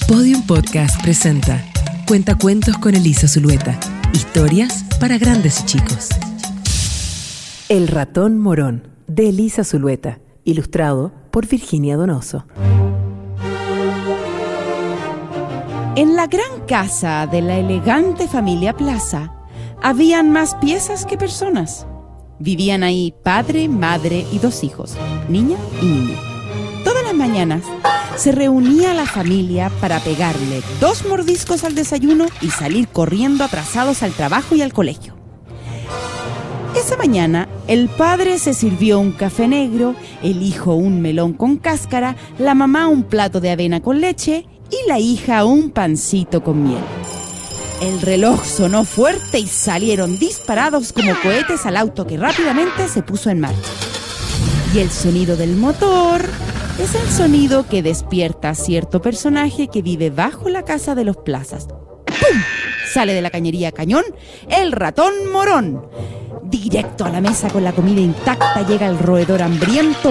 Podium Podcast presenta Cuentacuentos con Elisa Zulueta. Historias para grandes y chicos. El ratón morón, de Elisa Zulueta. Ilustrado por Virginia Donoso. En la gran casa de la elegante familia Plaza, habían más piezas que personas. Vivían ahí padre, madre y 2 hijos, niña y niño. Todas las mañanas se reunía la familia para pegarle 2 mordiscos al desayuno y salir corriendo atrasados al trabajo y al colegio. Esa mañana, el padre se sirvió un café negro, el hijo un melón con cáscara, la mamá un plato de avena con leche y la hija un pancito con miel. El reloj sonó fuerte y salieron disparados como cohetes al auto que rápidamente se puso en marcha. Y el sonido del motor es el sonido que despierta a cierto personaje que vive bajo la casa de los Plazas. ¡Pum! Sale de la cañería cañón el ratón morón. Directo a la mesa con la comida intacta llega el roedor hambriento.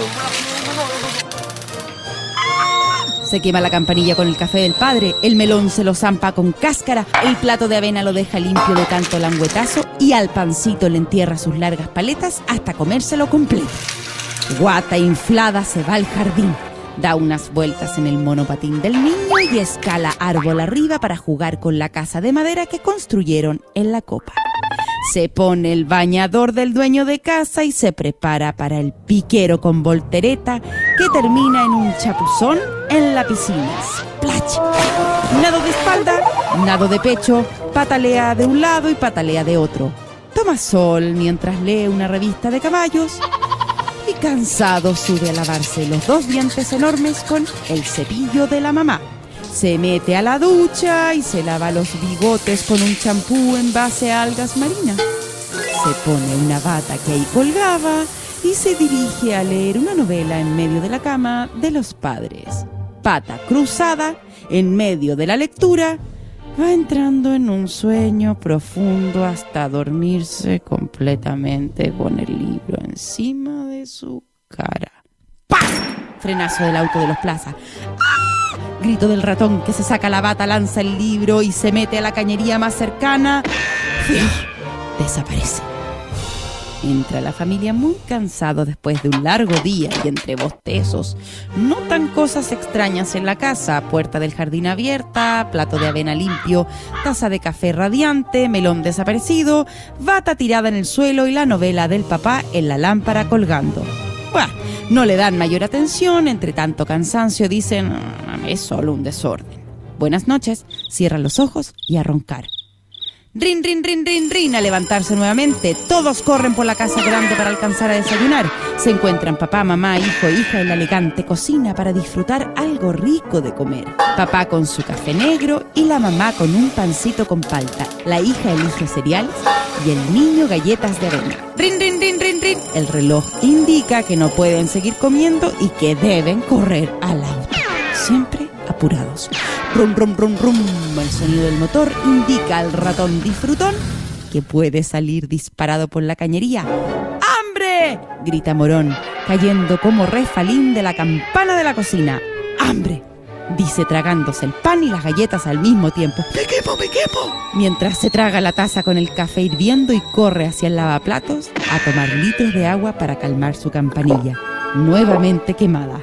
Se quema la campanilla con el café del padre, el melón se lo zampa con cáscara, el plato de avena lo deja limpio de tanto languetazo y al pancito le entierra sus largas paletas hasta comérselo completo. Guata inflada se va al jardín, da unas vueltas en el monopatín del niño y escala árbol arriba para jugar con la casa de madera que construyeron en la copa. Se pone el bañador del dueño de casa y se prepara para el piquero con voltereta que termina en un chapuzón en la piscina. ¡Splash! Nado de espalda, nado de pecho, patalea de un lado y patalea de otro. Toma sol mientras lee una revista de caballos y cansado sube a lavarse los 2 dientes enormes con el cepillo de la mamá. Se mete a la ducha y se lava los bigotes con un champú en base a algas marinas. Se pone una bata que ahí colgaba y se dirige a leer una novela en medio de la cama de los padres. Pata cruzada, en medio de la lectura, va entrando en un sueño profundo hasta dormirse completamente con el libro encima de su cara. ¡Pah! Frenazo del auto de los Plaza. Grito del ratón que se saca la bata, lanza el libro y se mete a la cañería más cercana. Desaparece. Entra la familia muy cansado después de un largo día y entre bostezos. Notan cosas extrañas en la casa: puerta del jardín abierta, plato de avena limpio, taza de café radiante, melón desaparecido, bata tirada en el suelo y la novela del papá en la lámpara colgando. No le dan mayor atención, entre tanto cansancio dicen: es solo un desorden. Buenas noches, cierran los ojos y a roncar. Rin, rin, rin, rin, rin, a levantarse nuevamente. Todos corren por la casa grande para alcanzar a desayunar. Se encuentran papá, mamá, hijo e hija en la elegante cocina para disfrutar algo rico de comer. Papá con su café negro y la mamá con un pancito con palta. La hija elige cereales y el niño galletas de avena. Rin, rin, rin, rin, rin. El reloj indica que no pueden seguir comiendo y que deben correr al auto. Siempre apurados. Rum, rum, rum, rum. El sonido del motor indica al ratón disfrutón que puede salir disparado por la cañería. ¡Hambre!, grita Morón, cayendo como refalín de la campana de la cocina. ¡Hambre!, dice tragándose el pan y las galletas al mismo tiempo. ¡Me quemo, me quemo! Mientras se traga la taza con el café hirviendo y corre hacia el lavaplatos a tomar litros de agua para calmar su campanilla, nuevamente quemada.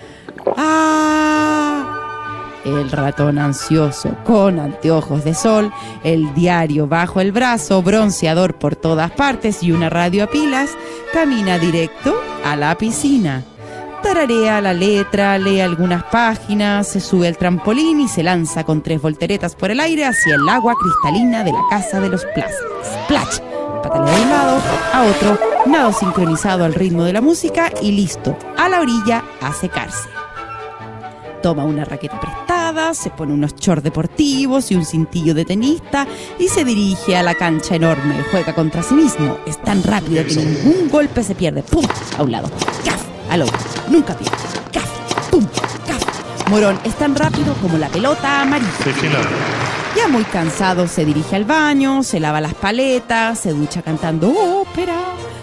El ratón ansioso, con anteojos de sol, el diario bajo el brazo, bronceador por todas partes y una radio a pilas, camina directo a la piscina. Tararea la letra, lee algunas páginas, se sube al trampolín y se lanza con 3 volteretas por el aire hacia el agua cristalina de la casa de los Plazas. ¡Splash! Patalea de un lado a otro, nado sincronizado al ritmo de la música y listo, a la orilla a secarse. Toma una raqueta prestada, se pone unos shorts deportivos y un cintillo de tenista y se dirige a la cancha enorme. Juega contra sí mismo. Es tan rápido que ningún golpe se pierde. ¡Pum! A un lado. ¡Caf! Al otro. Nunca pierde. ¡Caf! ¡Pum! ¡Caf! Morón es tan rápido como la pelota amarilla. Ya muy cansado se dirige al baño, se lava las paletas, se ducha cantando ópera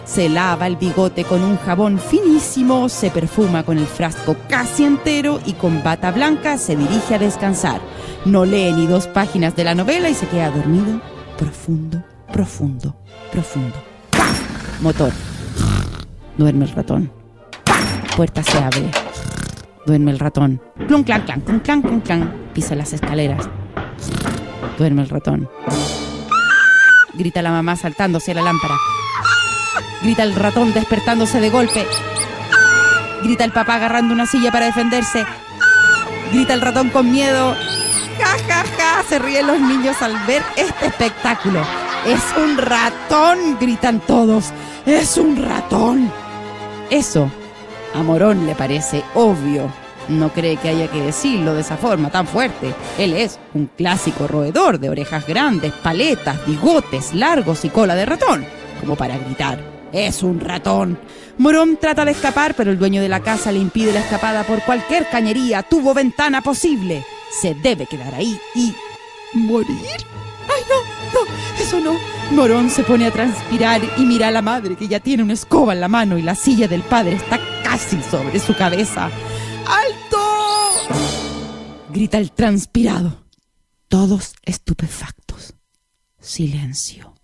Se lava el bigote con un jabón finísimo, se perfuma con el frasco casi entero y con bata blanca se dirige a descansar. No lee ni 2 páginas de la novela y se queda dormido. Profundo, profundo, profundo. ¡Paf! Motor. Duerme el ratón. ¡Paf! Puerta se abre. Duerme el ratón. Clun, clan, clan, clun, clan, clun, clan. Pisa las escaleras. Duerme el ratón. Grita la mamá saltándose a la lámpara. Grita el ratón despertándose de golpe. Grita el papá agarrando una silla para defenderse. Grita el ratón con miedo. ¡Ja, ja, ja! Se ríen los niños al ver este espectáculo. ¡Es un ratón!, gritan todos. ¡Es un ratón! Eso a Morón le parece obvio. No cree que haya que decirlo de esa forma tan fuerte. Él es un clásico roedor de orejas grandes, paletas, bigotes largos y cola de ratón, como para gritar: ¡es un ratón! Morón trata de escapar, pero el dueño de la casa le impide la escapada por cualquier cañería, tubo o ventana posible. Se debe quedar ahí y... ¿morir? ¡Ay, no! ¡Eso no! Morón se pone a transpirar y mira a la madre, que ya tiene una escoba en la mano y la silla del padre está casi sobre su cabeza. ¡Alto! Grita el transpirado. Todos estupefactos. Silencio.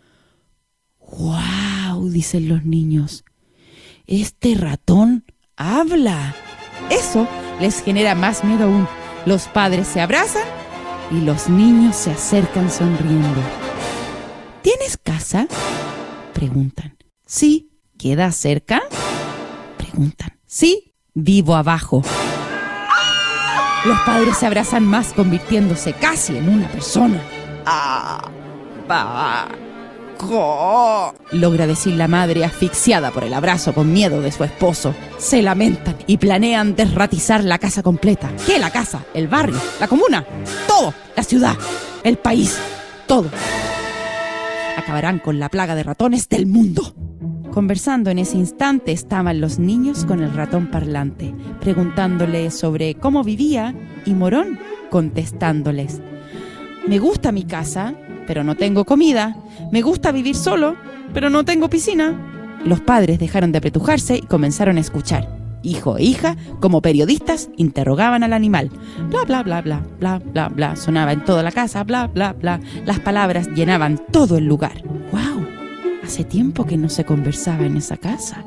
¡Guau!, dicen los niños. ¡Este ratón habla! Eso les genera más miedo aún. Los padres se abrazan y los niños se acercan sonriendo. ¿Tienes casa?, preguntan. Sí. ¿Queda cerca?, preguntan. Sí. Vivo abajo. Los padres se abrazan más, convirtiéndose casi en una persona. Logra decir la madre, asfixiada por el abrazo con miedo de su esposo. Se lamentan y planean desratizar la casa completa. ¿Qué la casa? ¿El barrio? ¿La comuna? Todo. La ciudad. El país. Todo. Acabarán con la plaga de ratones del mundo. Conversando en ese instante estaban los niños con el ratón parlante, preguntándole sobre cómo vivía, y Morón contestándoles: me gusta mi casa, pero no tengo comida. Me gusta vivir solo, pero no tengo piscina. Los padres dejaron de apretujarse y comenzaron a escuchar. Hijo e hija, como periodistas, interrogaban al animal. Bla, bla, bla, bla, bla, bla, bla. Sonaba en toda la casa, bla, bla, bla. Las palabras llenaban todo el lugar. ¡Guau! Hace tiempo que no se conversaba en esa casa.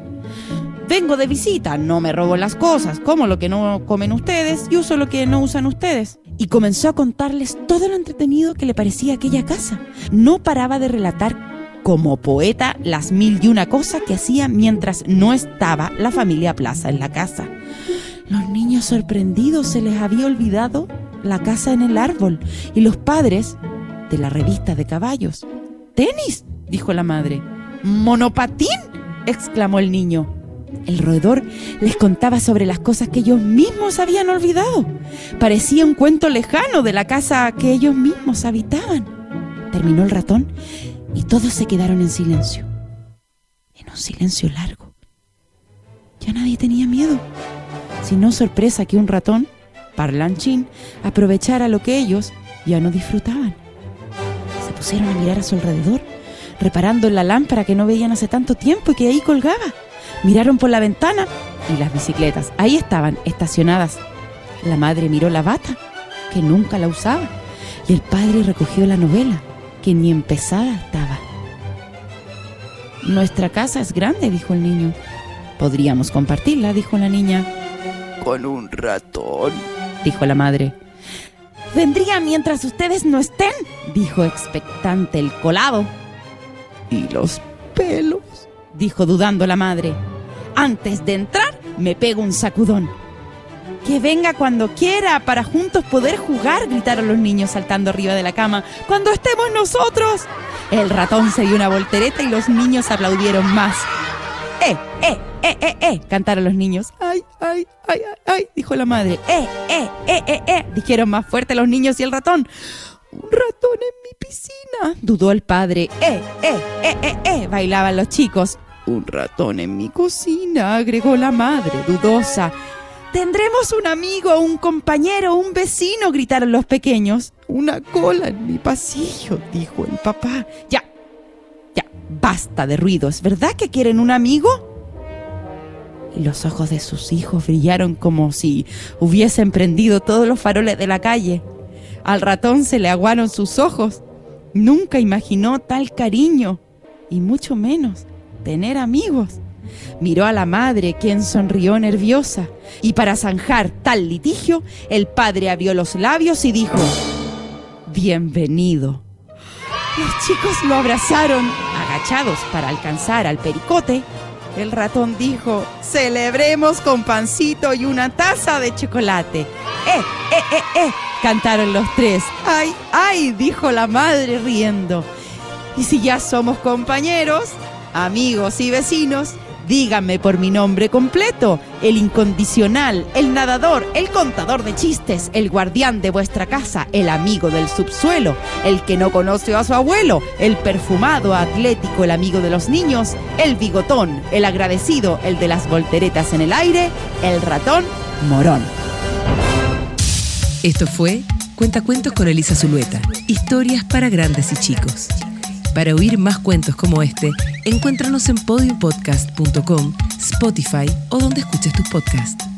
Vengo de visita, no me robo las cosas, como lo que no comen ustedes y uso lo que no usan ustedes. Y comenzó a contarles todo lo entretenido que le parecía aquella casa. No paraba de relatar como poeta las 1001 cosas que hacía mientras no estaba la familia Plaza en la casa. Los niños sorprendidos, se les había olvidado la casa en el árbol y los padres de la revista de caballos. «¿Tenis?», dijo la madre. «¿Monopatín?», exclamó el niño. El roedor les contaba sobre las cosas que ellos mismos habían olvidado. Parecía un cuento lejano de la casa que ellos mismos habitaban. Terminó el ratón y todos se quedaron en silencio. En un silencio largo. Ya nadie tenía miedo, sino sorpresa que un ratón, parlanchín, aprovechara lo que ellos ya no disfrutaban. Se pusieron a mirar a su alrededor, reparando en la lámpara que no veían hace tanto tiempo y que ahí colgaba. Miraron por la ventana y las bicicletas ahí estaban, estacionadas. La madre miró la bata, que nunca la usaba, y el padre recogió la novela, que ni empezada estaba. «Nuestra casa es grande», dijo el niño. «Podríamos compartirla», dijo la niña. «Con un ratón», dijo la madre. «Vendría mientras ustedes no estén», dijo expectante el colado. «¿Y los pelos?», dijo dudando la madre. «Antes de entrar me pego un sacudón». «Que venga cuando quiera, para juntos poder jugar», gritaron los niños saltando arriba de la cama. «¡Cuando estemos nosotros!». El ratón se dio una voltereta y los niños aplaudieron más. Cantaron los niños. «Ay, ay, ay, ay», dijo la madre. Dijeron más fuerte los niños y el ratón. «Un ratón en mi piscina», dudó el padre. Bailaban los chicos. «Un ratón en mi cocina», agregó la madre, dudosa. «Tendremos un amigo, un compañero, un vecino», gritaron los pequeños. «Una cola en mi pasillo», dijo el papá. Ya, Basta de ruido, ¿es verdad que quieren un amigo? Y los ojos de sus hijos brillaron como si hubiesen prendido todos los faroles de la calle. Al ratón se le aguaron sus ojos. Nunca imaginó tal cariño, y mucho menos tener amigos. Miró a la madre, quien sonrió nerviosa, y para zanjar tal litigio, el padre abrió los labios y dijo: bienvenido. Los chicos lo abrazaron, agachados para alcanzar al pericote. El ratón dijo: celebremos con pancito y una taza de chocolate. Cantaron los tres. ¡Ay, ay!, dijo la madre riendo. Y si ya somos compañeros, amigos y vecinos, díganme por mi nombre completo: el incondicional, el nadador, el contador de chistes, el guardián de vuestra casa, el amigo del subsuelo, el que no conoce a su abuelo, el perfumado, atlético, el amigo de los niños, el bigotón, el agradecido, el de las volteretas en el aire, el ratón morón. Esto fue Cuentacuentos con Elisa Zulueta. Historias para grandes y chicos. Para oír más cuentos como este, encuéntranos en podiumpodcast.com, Spotify o donde escuches tus podcasts.